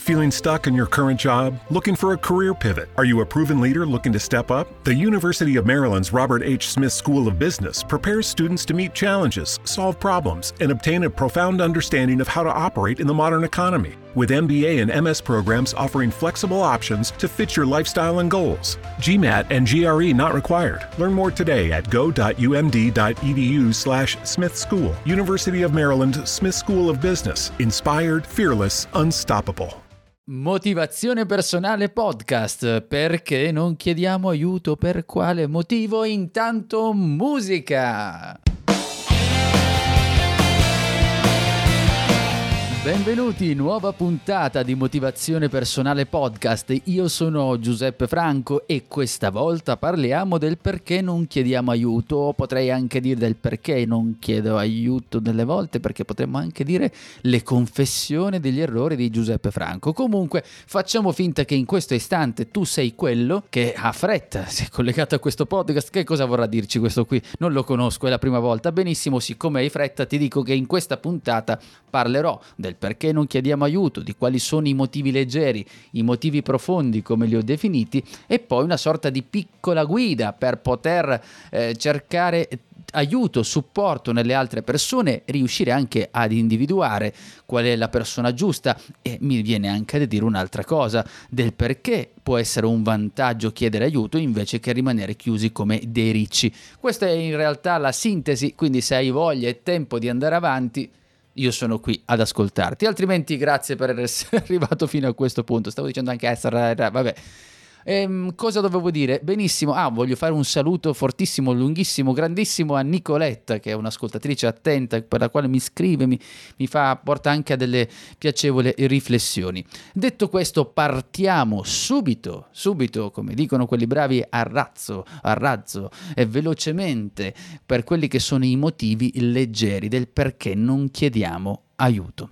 Feeling stuck in your current job? Looking for a career pivot? Are you a proven leader looking to step up? The University of Maryland's Robert H. Smith School of Business prepares students to meet challenges, solve problems, and obtain a profound understanding of how to operate in the modern economy. With MBA and MS programs offering flexible options to fit your lifestyle and goals. GMAT and GRE not required. Learn more today at go.umd.edu/Smith School. University of Maryland Smith School of Business. Inspired, fearless, unstoppable. Motivazione personale podcast. Perché non chiediamo aiuto? Per quale motivo? Intanto musica! Benvenuti, nuova puntata di Motivazione Personale Podcast. Io sono Giuseppe Franco e questa volta parliamo del perché non chiediamo aiuto, o potrei anche dire del perché non chiedo aiuto delle volte, perché potremmo anche dire le confessioni degli errori di Giuseppe Franco. Comunque facciamo finta che in questo istante tu sei quello che ha fretta, si è collegato a questo podcast. Che cosa vorrà dirci questo qui? Non lo conosco, è la prima volta. Benissimo, siccome hai fretta ti dico che in questa puntata parlerò del perché non chiediamo aiuto, di quali sono i motivi leggeri, i motivi profondi come li ho definiti, e poi una sorta di piccola guida per poter cercare aiuto, supporto nelle altre persone, riuscire anche ad individuare qual è la persona giusta. E mi viene anche da dire un'altra cosa, del perché può essere un vantaggio chiedere aiuto invece che rimanere chiusi come dei ricci. Questa è in realtà la sintesi, quindi se hai voglia e tempo di andare avanti, io sono qui ad ascoltarti, altrimenti grazie per essere arrivato fino a questo punto. Stavo dicendo anche essere, vabbè. Cosa dovevo dire? Benissimo, voglio fare un saluto fortissimo, lunghissimo, grandissimo a Nicoletta, che è un'ascoltatrice attenta, per la quale mi scrive, mi porta anche a delle piacevoli riflessioni. Detto questo, partiamo subito, come dicono quelli bravi, a razzo e velocemente per quelli che sono i motivi leggeri del perché non chiediamo aiuto.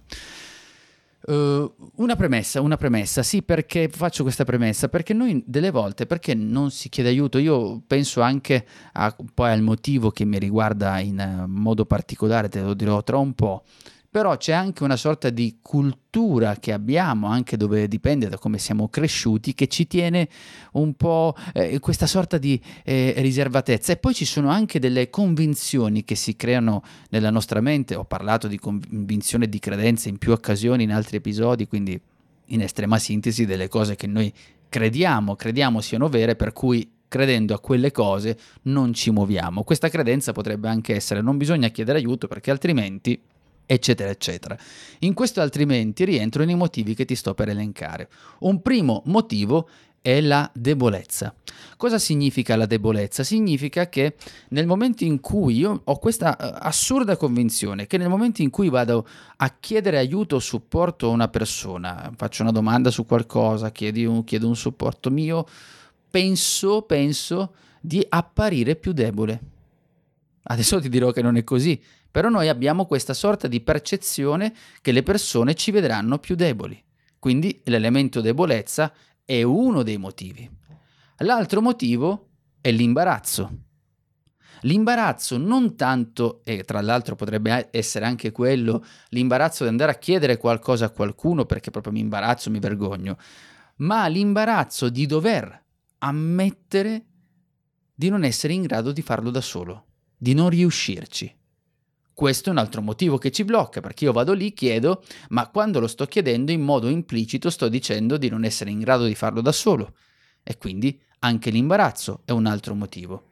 Una premessa, sì, perché faccio questa premessa? Perché noi delle volte, perché non si chiede aiuto? Io penso anche poi al motivo che mi riguarda in modo particolare, te lo dirò tra un po'. Però c'è anche una sorta di cultura che abbiamo, anche dove dipende da come siamo cresciuti, che ci tiene un po' questa sorta di riservatezza. E poi ci sono anche delle convinzioni che si creano nella nostra mente. Ho parlato di convinzione e di credenze in più occasioni in altri episodi, quindi in estrema sintesi delle cose che noi crediamo siano vere, per cui credendo a quelle cose non ci muoviamo. Questa credenza potrebbe anche essere: non bisogna chiedere aiuto perché altrimenti... eccetera eccetera. In questo altrimenti rientrano i motivi che ti sto per elencare. Un primo motivo è la debolezza. Cosa significa la debolezza? Significa che nel momento in cui io ho questa assurda convinzione che nel momento in cui vado a chiedere aiuto o supporto a una persona, faccio una domanda su qualcosa, chiedo un supporto mio, penso di apparire più debole. Adesso ti dirò che non è così, però noi abbiamo questa sorta di percezione che le persone ci vedranno più deboli. Quindi l'elemento debolezza è uno dei motivi. L'altro motivo è l'imbarazzo. L'imbarazzo non tanto, e tra l'altro potrebbe essere anche quello, l'imbarazzo di andare a chiedere qualcosa a qualcuno perché proprio mi imbarazzo, mi vergogno, ma l'imbarazzo di dover ammettere di non essere in grado di farlo da solo, di non riuscirci. Questo è un altro motivo che ci blocca, perché io vado lì, chiedo, ma quando lo sto chiedendo in modo implicito sto dicendo di non essere in grado di farlo da solo, e quindi anche l'imbarazzo è un altro motivo.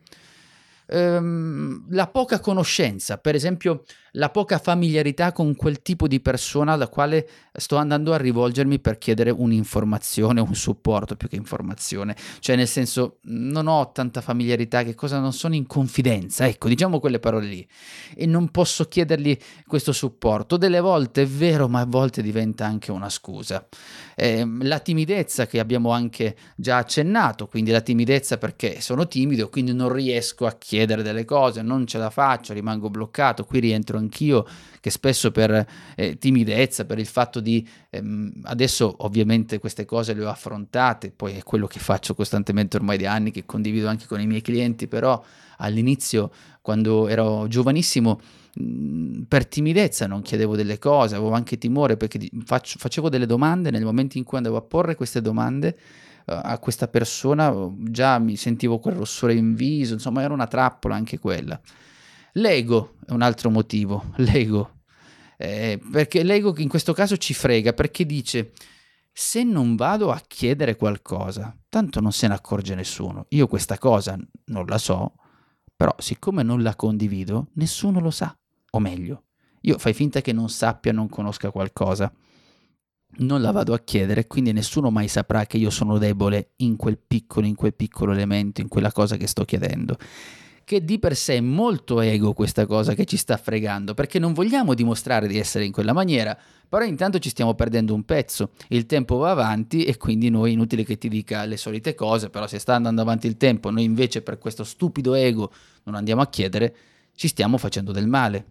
La poca conoscenza, per esempio la poca familiarità con quel tipo di persona alla quale sto andando a rivolgermi per chiedere un'informazione, un supporto più che informazione, cioè nel senso non ho tanta familiarità, non sono in confidenza, ecco, diciamo quelle parole lì, e non posso chiedergli questo supporto. Delle volte è vero, ma a volte diventa anche una scusa. La timidezza, che abbiamo anche già accennato, quindi la timidezza perché sono timido, quindi non riesco a chiedere chiedere delle cose, non ce la faccio, rimango bloccato. Qui rientro anch'io, che spesso per timidezza, per il fatto di adesso ovviamente queste cose le ho affrontate, poi è quello che faccio costantemente ormai da anni, che condivido anche con i miei clienti, però all'inizio, quando ero giovanissimo, per timidezza non chiedevo delle cose, avevo anche timore perché facevo delle domande. Nel momento in cui andavo a porre queste domande a questa persona, già mi sentivo quel rossore in viso, insomma era una trappola anche quella. L'ego è un altro motivo, l'ego, perché l'ego in questo caso ci frega, perché dice: se non vado a chiedere qualcosa, tanto non se ne accorge nessuno, io questa cosa non la so, però siccome non la condivido, nessuno lo sa, o meglio, io fai finta che non sappia, non conosca qualcosa, non la vado a chiedere, quindi nessuno mai saprà che io sono debole in quel piccolo elemento, in quella cosa che sto chiedendo. Che di per sé è molto ego questa cosa che ci sta fregando, perché non vogliamo dimostrare di essere in quella maniera, però intanto ci stiamo perdendo un pezzo, il tempo va avanti e quindi noi, inutile che ti dica le solite cose, però se sta andando avanti il tempo, noi invece per questo stupido ego non andiamo a chiedere, ci stiamo facendo del male.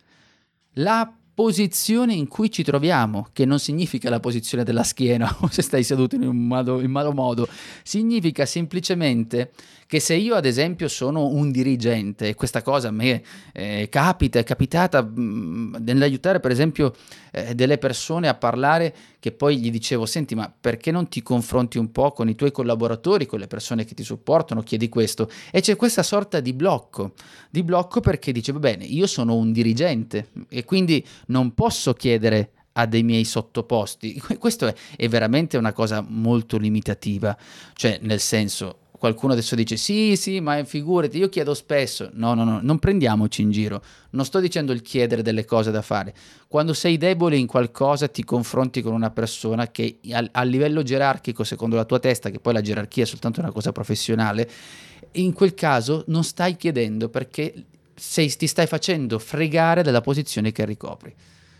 La posizione in cui ci troviamo, che non significa la posizione della schiena o se stai seduto in malo modo, significa semplicemente che se io ad esempio sono un dirigente, e questa cosa a me è capitata nell'aiutare per esempio delle persone a parlare, che poi gli dicevo: senti, ma perché non ti confronti un po' con i tuoi collaboratori, con le persone che ti supportano, chiedi questo, e c'è questa sorta di blocco perché dice: va bene, io sono un dirigente e quindi non posso chiedere a dei miei sottoposti. Questo è veramente una cosa molto limitativa, cioè nel senso, qualcuno adesso dice sì, ma figurati, io chiedo spesso. No, non prendiamoci in giro, non sto dicendo il chiedere delle cose da fare. Quando sei debole in qualcosa ti confronti con una persona che a livello gerarchico, secondo la tua testa, che poi la gerarchia è soltanto una cosa professionale, in quel caso non stai chiedendo perché ti stai facendo fregare dalla posizione che ricopri.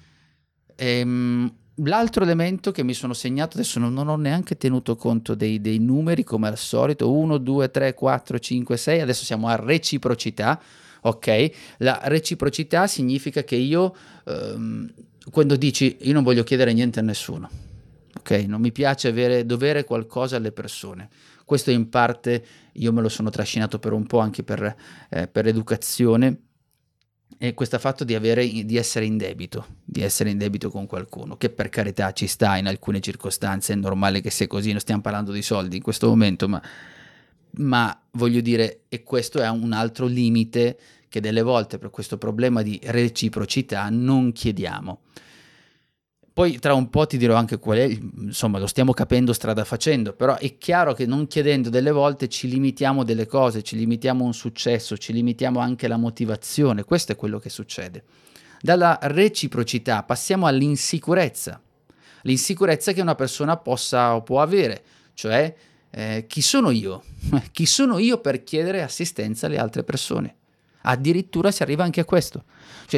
L'altro elemento che mi sono segnato, adesso non ho neanche tenuto conto dei numeri come al solito, 1, 2, 3, 4, 5, 6, adesso siamo a reciprocità, ok? La reciprocità significa che io, quando dici io non voglio chiedere niente a nessuno, ok? Non mi piace dovere qualcosa alle persone. Questo in parte io me lo sono trascinato per un po' anche per educazione, e questo fatto di essere in debito con qualcuno, che per carità ci sta in alcune circostanze, è normale che sia così, non stiamo parlando di soldi in questo momento, ma voglio dire, e questo è un altro limite che delle volte per questo problema di reciprocità non chiediamo. Poi tra un po' ti dirò anche qual è, insomma lo stiamo capendo strada facendo, però è chiaro che non chiedendo delle volte ci limitiamo delle cose, ci limitiamo un successo, ci limitiamo anche la motivazione, questo è quello che succede. Dalla reciprocità passiamo all'insicurezza, l'insicurezza che una persona può avere, cioè chi sono io? Chi sono io per chiedere assistenza alle altre persone? Addirittura si arriva anche a questo, cioè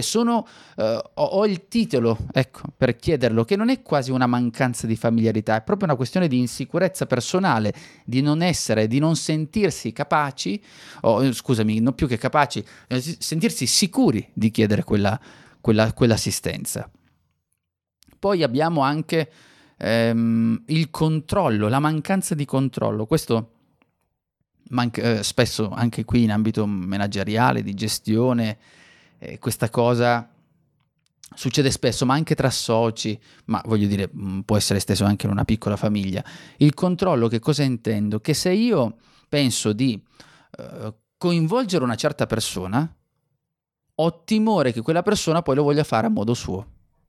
ho il titolo, ecco, per chiederlo, che non è quasi una mancanza di familiarità, è proprio una questione di insicurezza personale, di non sentirsi capaci, non più che capaci, sentirsi sicuri di chiedere quell'assistenza. Poi abbiamo anche il controllo, la mancanza di controllo, questo spesso anche qui in ambito manageriale, di gestione, questa cosa succede spesso, ma anche tra soci, ma voglio dire, può essere esteso anche in una piccola famiglia. Il controllo, che cosa intendo? Che se io penso di coinvolgere una certa persona, ho timore che quella persona poi lo voglia fare a modo suo.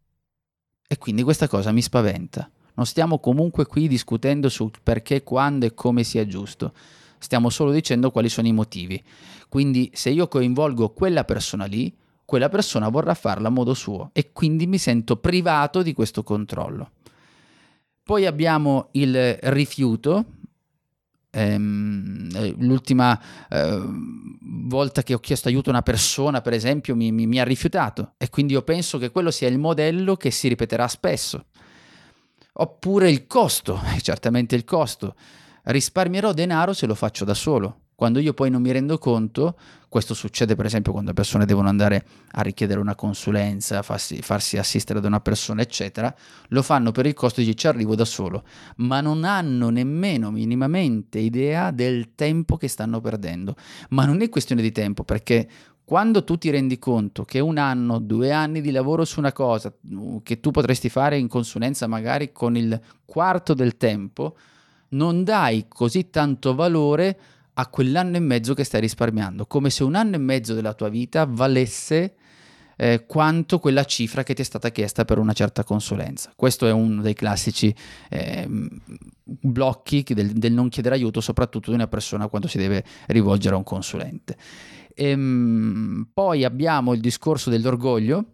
E quindi questa cosa mi spaventa. Non stiamo comunque qui discutendo su perché, quando e come sia giusto. Stiamo solo dicendo quali sono i motivi. Quindi se io coinvolgo quella persona lì, quella persona vorrà farla a modo suo e quindi mi sento privato di questo controllo. Poi abbiamo il rifiuto. L'ultima volta che ho chiesto aiuto a una persona, per esempio, mi ha rifiutato, e quindi io penso che quello sia il modello che si ripeterà spesso. Oppure il costo, certamente il costo. Risparmierò denaro se lo faccio da solo. Quando io poi non mi rendo conto, questo succede per esempio quando le persone devono andare a richiedere una consulenza, farsi assistere da una persona, eccetera, lo fanno per il costo di ci arrivo da solo, ma non hanno nemmeno minimamente idea del tempo che stanno perdendo. Ma non è questione di tempo, perché quando tu ti rendi conto che 1 anno, 2 anni di lavoro su una cosa che tu potresti fare in consulenza magari con il quarto del tempo, non dai così tanto valore a quell'anno e mezzo che stai risparmiando, come se 1 anno e mezzo della tua vita valesse quanto quella cifra che ti è stata chiesta per una certa consulenza. Questo è uno dei classici blocchi del non chiedere aiuto, soprattutto di una persona quando si deve rivolgere a un consulente. Poi abbiamo il discorso dell'orgoglio.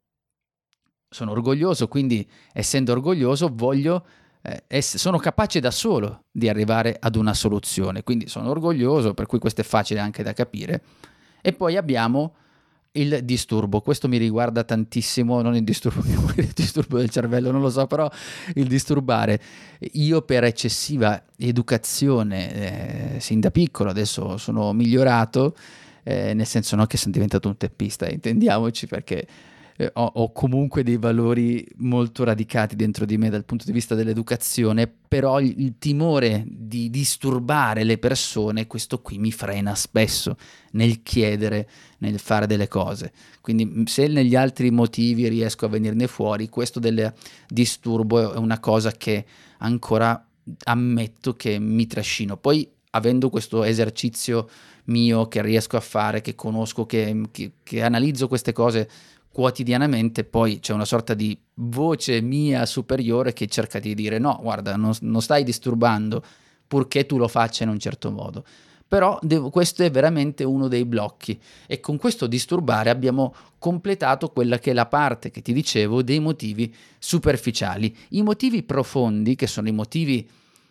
Sono orgoglioso, quindi essendo orgoglioso sono capace da solo di arrivare ad una soluzione, quindi sono orgoglioso, per cui questo è facile anche da capire. E poi abbiamo il disturbo. Questo mi riguarda tantissimo, non il disturbo, il disturbo del cervello, non lo so, però il disturbare. Io per eccessiva educazione sin da piccolo, adesso sono migliorato, nel senso non che sono diventato un teppista, intendiamoci, perché ho comunque dei valori molto radicati dentro di me dal punto di vista dell'educazione, però il timore di disturbare le persone, questo qui mi frena spesso nel chiedere, nel fare delle cose. Quindi se negli altri motivi riesco a venirne fuori, questo del disturbo è una cosa che ancora ammetto che mi trascino. Poi avendo questo esercizio mio che riesco a fare, che conosco, che analizzo queste cose quotidianamente, poi c'è una sorta di voce mia superiore che cerca di dire no, guarda, non stai disturbando, purché tu lo faccia in un certo modo. Però questo è veramente uno dei blocchi, e con questo disturbare abbiamo completato quella che è la parte che ti dicevo dei motivi superficiali. I motivi profondi, che sono i motivi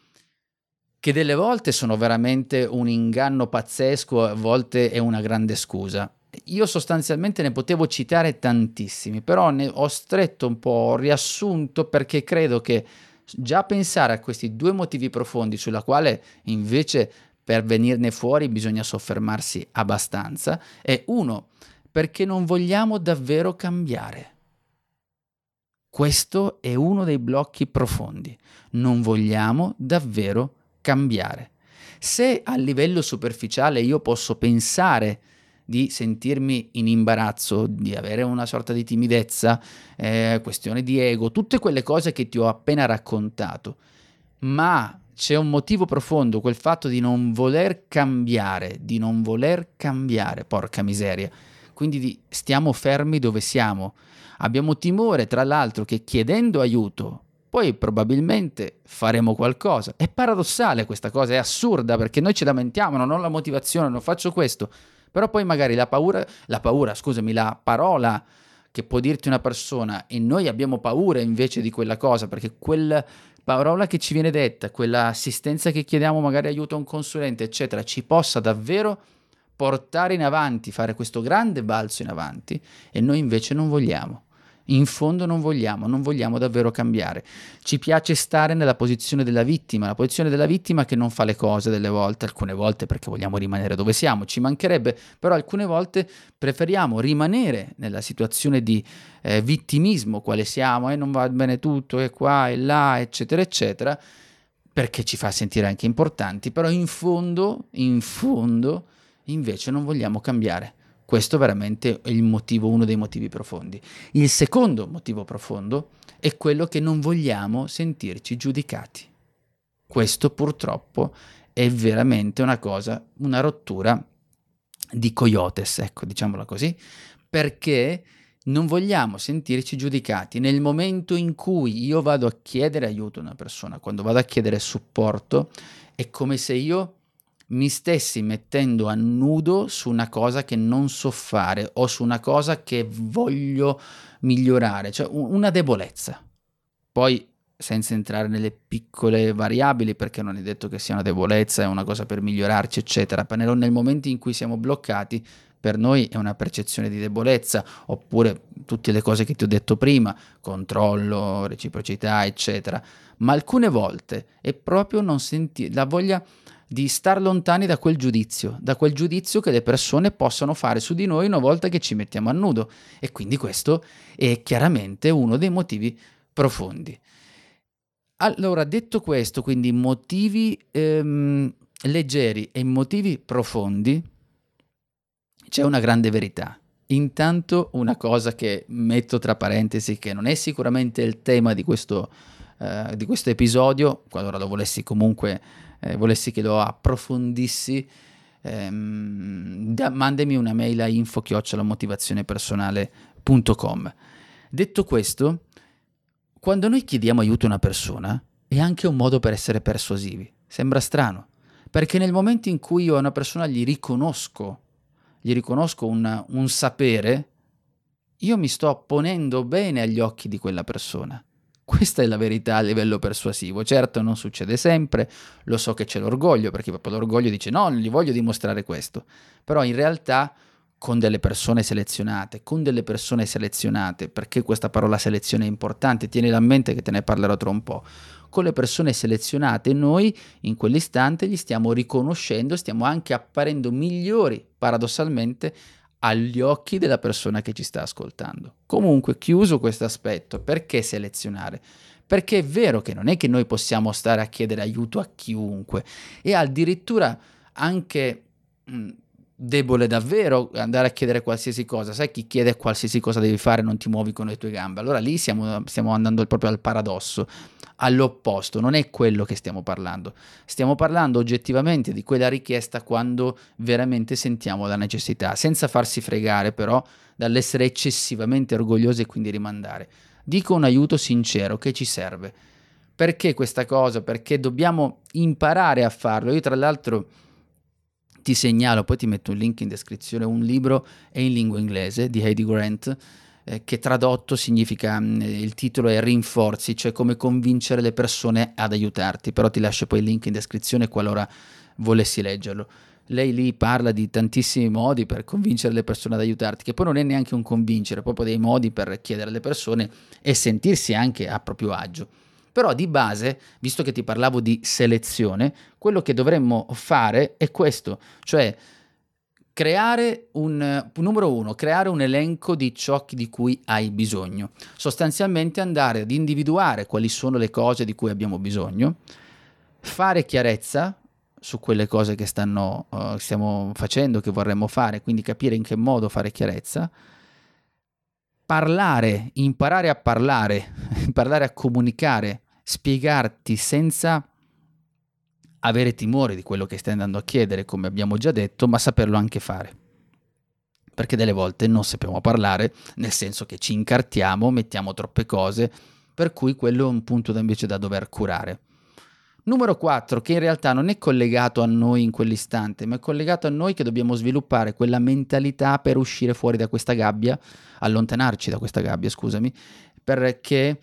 che delle volte sono veramente un inganno pazzesco, a volte è una grande scusa. Io sostanzialmente ne potevo citare tantissimi, però ne ho stretto un po', ho riassunto, perché credo che già pensare a questi 2 motivi profondi, sulla quale invece per venirne fuori bisogna soffermarsi abbastanza, è uno, perché non vogliamo davvero cambiare. Questo è uno dei blocchi profondi. Non vogliamo davvero cambiare. Se a livello superficiale io posso pensare di sentirmi in imbarazzo, di avere una sorta di timidezza, questione di ego, tutte quelle cose che ti ho appena raccontato, ma c'è un motivo profondo, quel fatto di non voler cambiare, porca miseria. Quindi stiamo fermi dove siamo. Abbiamo timore, tra l'altro, che chiedendo aiuto poi probabilmente faremo qualcosa. È paradossale questa cosa, è assurda, perché noi ci lamentiamo, non ho la motivazione, non faccio questo, però poi magari la parola che può dirti una persona, e noi abbiamo paura invece di quella cosa, perché quella parola che ci viene detta, quell'assistenza che chiediamo, magari aiuto a un consulente, eccetera, ci possa davvero portare in avanti, fare questo grande balzo in avanti, e noi invece non vogliamo. In fondo non vogliamo davvero cambiare. Ci piace stare nella posizione della vittima, la posizione della vittima che non fa le cose delle volte, alcune volte perché vogliamo rimanere dove siamo, ci mancherebbe, però alcune volte preferiamo rimanere nella situazione di vittimismo, quale siamo, non va bene tutto, e qua e là, eccetera, eccetera, perché ci fa sentire anche importanti, però in fondo, invece non vogliamo cambiare. Questo veramente è uno dei motivi profondi. Il secondo motivo profondo è quello che non vogliamo sentirci giudicati. Questo purtroppo è veramente una rottura di coyotes, ecco, diciamola così, perché non vogliamo sentirci giudicati. Nel momento in cui io vado a chiedere aiuto a una persona, quando vado a chiedere supporto, è come se io mi stessi mettendo a nudo su una cosa che non so fare, o su una cosa che voglio migliorare, cioè una debolezza. Poi, senza entrare nelle piccole variabili, perché non è detto che sia una debolezza, è una cosa per migliorarci, eccetera, però nel momento in cui siamo bloccati, per noi è una percezione di debolezza, oppure tutte le cose che ti ho detto prima, controllo, reciprocità, eccetera. Ma alcune volte è proprio non sentire la voglia, di star lontani da quel giudizio che le persone possono fare su di noi una volta che ci mettiamo a nudo. E quindi questo è chiaramente uno dei motivi profondi. Allora, detto questo, quindi motivi leggeri e motivi profondi, c'è una grande verità. Intanto una cosa che metto tra parentesi, che non è sicuramente il tema di questo episodio, qualora lo volessi comunque, volessi che lo approfondissi, mandami una mail a info@motivazionepersonale.com. Detto questo, quando noi chiediamo aiuto a una persona, è anche un modo per essere persuasivi. Sembra strano, perché nel momento in cui io a una persona gli riconosco un sapere, io mi sto ponendo bene agli occhi di quella persona. Questa è la verità a livello persuasivo. Certo, non succede sempre, lo so che c'è l'orgoglio, perché proprio l'orgoglio dice no, non gli voglio dimostrare questo. Però in realtà con delle persone selezionate, perché questa parola selezione è importante, tienila a mente che te ne parlerò tra un po'. Con le persone selezionate noi in quell'istante gli stiamo riconoscendo, stiamo anche apparendo migliori paradossalmente agli occhi della persona che ci sta ascoltando. Comunque, chiuso questo aspetto, perché selezionare? Perché è vero che non è che noi possiamo stare a chiedere aiuto a chiunque, e addirittura anche debole davvero andare a chiedere qualsiasi cosa. Sai, chi chiede qualsiasi cosa devi fare non ti muovi con le tue gambe. Allora lì stiamo andando proprio al paradosso, all'opposto. Non è quello che stiamo parlando oggettivamente di quella richiesta quando veramente sentiamo la necessità, senza farsi fregare però dall'essere eccessivamente orgogliosi e quindi rimandare. Dico un aiuto sincero che ci serve. Perché questa cosa? Perché dobbiamo imparare a farlo. Io tra l'altro ti segnalo, poi ti metto un link in descrizione, un libro è in lingua inglese di Heidi Grant, che tradotto significa, il titolo è Rinforzi, cioè come convincere le persone ad aiutarti, però ti lascio poi il link in descrizione qualora volessi leggerlo. Lei lì parla di tantissimi modi per convincere le persone ad aiutarti, che poi non è neanche un convincere, proprio dei modi per chiedere alle persone e sentirsi anche a proprio agio. Però di base, visto che ti parlavo di selezione, quello che dovremmo fare è questo, cioè creare numero uno, creare un elenco di ciò di cui hai bisogno. Sostanzialmente andare ad individuare quali sono le cose di cui abbiamo bisogno, fare chiarezza su quelle cose che stiamo facendo, che vorremmo fare, quindi capire in che modo fare chiarezza, parlare, imparare a parlare, imparare a comunicare, spiegarti senza avere timore di quello che stai andando a chiedere, come abbiamo già detto, ma saperlo anche fare. Perché delle volte non sappiamo parlare, nel senso che ci incartiamo, mettiamo troppe cose, per cui quello è un punto invece da dover curare. Numero 4, che in realtà non è collegato a noi in quell'istante, ma è collegato a noi che dobbiamo sviluppare quella mentalità per uscire fuori da questa gabbia, allontanarci da questa gabbia, scusami, perché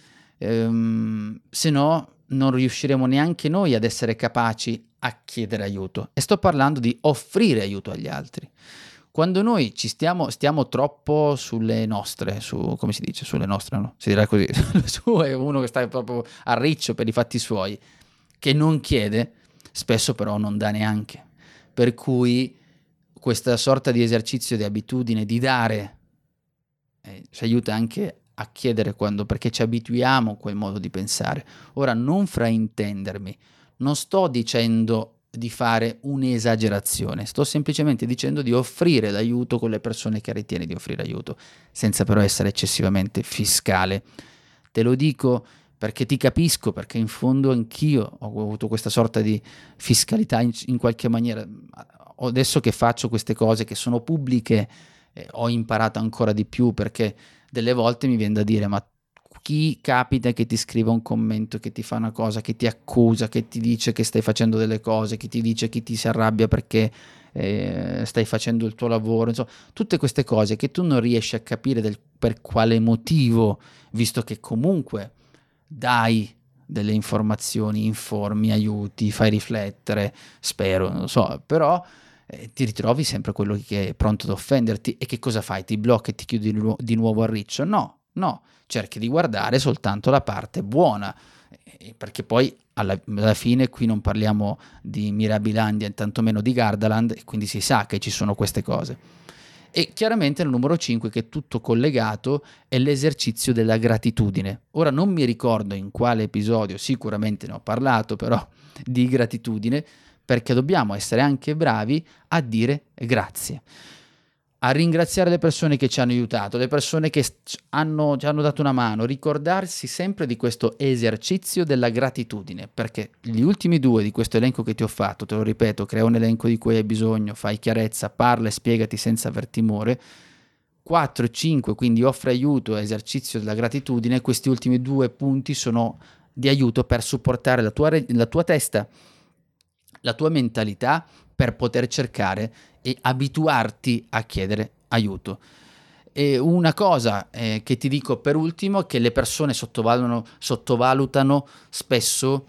se no non riusciremo neanche noi ad essere capaci a chiedere aiuto. E sto parlando di offrire aiuto agli altri. Quando noi stiamo troppo sulle nostre, come si dice, sulle nostre, no? Si dirà così, su è uno che sta proprio a riccio per i fatti suoi, che non chiede, spesso però non dà neanche. Per cui questa sorta di esercizio di abitudine di dare ci aiuta anche a chiedere perché ci abituiamo a quel modo di pensare. Ora, non fraintendermi, non sto dicendo di fare un'esagerazione, sto semplicemente dicendo di offrire l'aiuto con le persone che ritieni di offrire aiuto, senza però essere eccessivamente fiscale. Te lo dico perché ti capisco, perché in fondo anch'io ho avuto questa sorta di fiscalità in qualche maniera. Adesso che faccio queste cose che sono pubbliche, ho imparato ancora di più, perché delle volte mi viene da dire: ma chi capita che ti scriva un commento, che ti fa una cosa, che ti accusa, che ti dice che stai facendo delle cose, che ti dice che ti si arrabbia perché stai facendo il tuo lavoro, insomma, tutte queste cose che tu non riesci a capire per quale motivo, visto che comunque dai delle informazioni, informi, aiuti, fai riflettere, spero, non lo so, però ti ritrovi sempre quello che è pronto ad offenderti. E che cosa fai? Ti blocchi e ti chiudi di nuovo a riccio? No, cerchi di guardare soltanto la parte buona, perché poi alla fine qui non parliamo di Mirabilandia e tantomeno di Gardaland, e quindi si sa che ci sono queste cose. E chiaramente il numero 5, che è tutto collegato, è l'esercizio della gratitudine. Ora non mi ricordo in quale episodio, sicuramente ne ho parlato però, di gratitudine, perché dobbiamo essere anche bravi a dire grazie, a ringraziare le persone che ci hanno aiutato, le persone che ci hanno dato una mano, ricordarsi sempre di questo esercizio della gratitudine, perché gli ultimi 2 di questo elenco che ti ho fatto, te lo ripeto, crea un elenco di cui hai bisogno, fai chiarezza, parla e spiegati senza aver timore, 4 e 5, quindi offre aiuto e esercizio della gratitudine, questi ultimi 2 punti sono di aiuto per supportare la tua testa, la tua mentalità, per poter cercare e abituarti a chiedere aiuto. E una cosa che ti dico per ultimo è che le persone sottovalutano spesso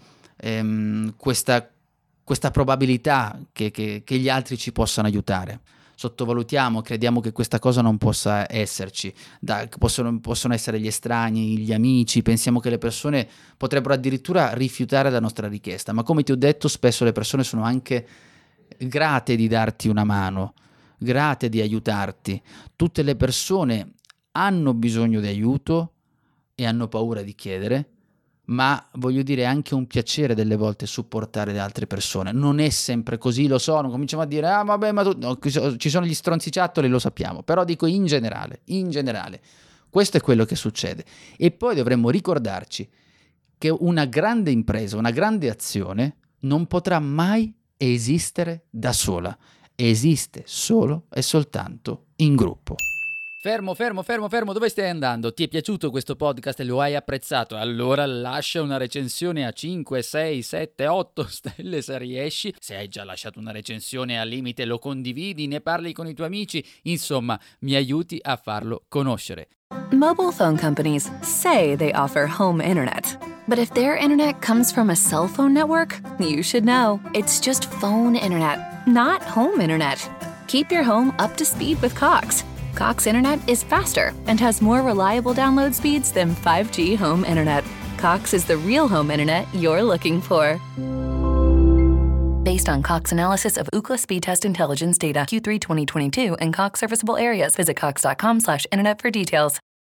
questa probabilità che gli altri ci possano aiutare. Sottovalutiamo, crediamo che questa cosa non possa esserci, possono essere gli estranei, gli amici, pensiamo che le persone potrebbero addirittura rifiutare la nostra richiesta, ma come ti ho detto spesso le persone sono anche grate di darti una mano, grate di aiutarti. Tutte le persone hanno bisogno di aiuto e hanno paura di chiedere, ma voglio dire è anche un piacere delle volte supportare le altre persone. Non è sempre così, lo so, non cominciamo a dire vabbè, ma no, ci sono gli stronziciattoli, lo sappiamo, però dico in generale, questo è quello che succede. E poi dovremmo ricordarci che una grande impresa, una grande azione non potrà mai esistere da sola, esiste solo e soltanto in gruppo. Fermo, dove stai andando? Ti è piaciuto questo podcast e lo hai apprezzato? Allora lascia una recensione a 5, 6, 7, 8 stelle se riesci. Se hai già lasciato una recensione al limite lo condividi, ne parli con i tuoi amici, insomma mi aiuti a farlo conoscere. Mobile phone companies say they offer home internet. But if their internet comes from a cell phone network, you should know. It's just phone internet, not home internet. Keep your home up to speed with Cox. Cox Internet is faster and has more reliable download speeds than 5G home internet. Cox is the real home internet you're looking for. Based on Cox analysis of Ookla speed test intelligence data Q3 2022 and Cox serviceable areas, visit cox.com/internet for details.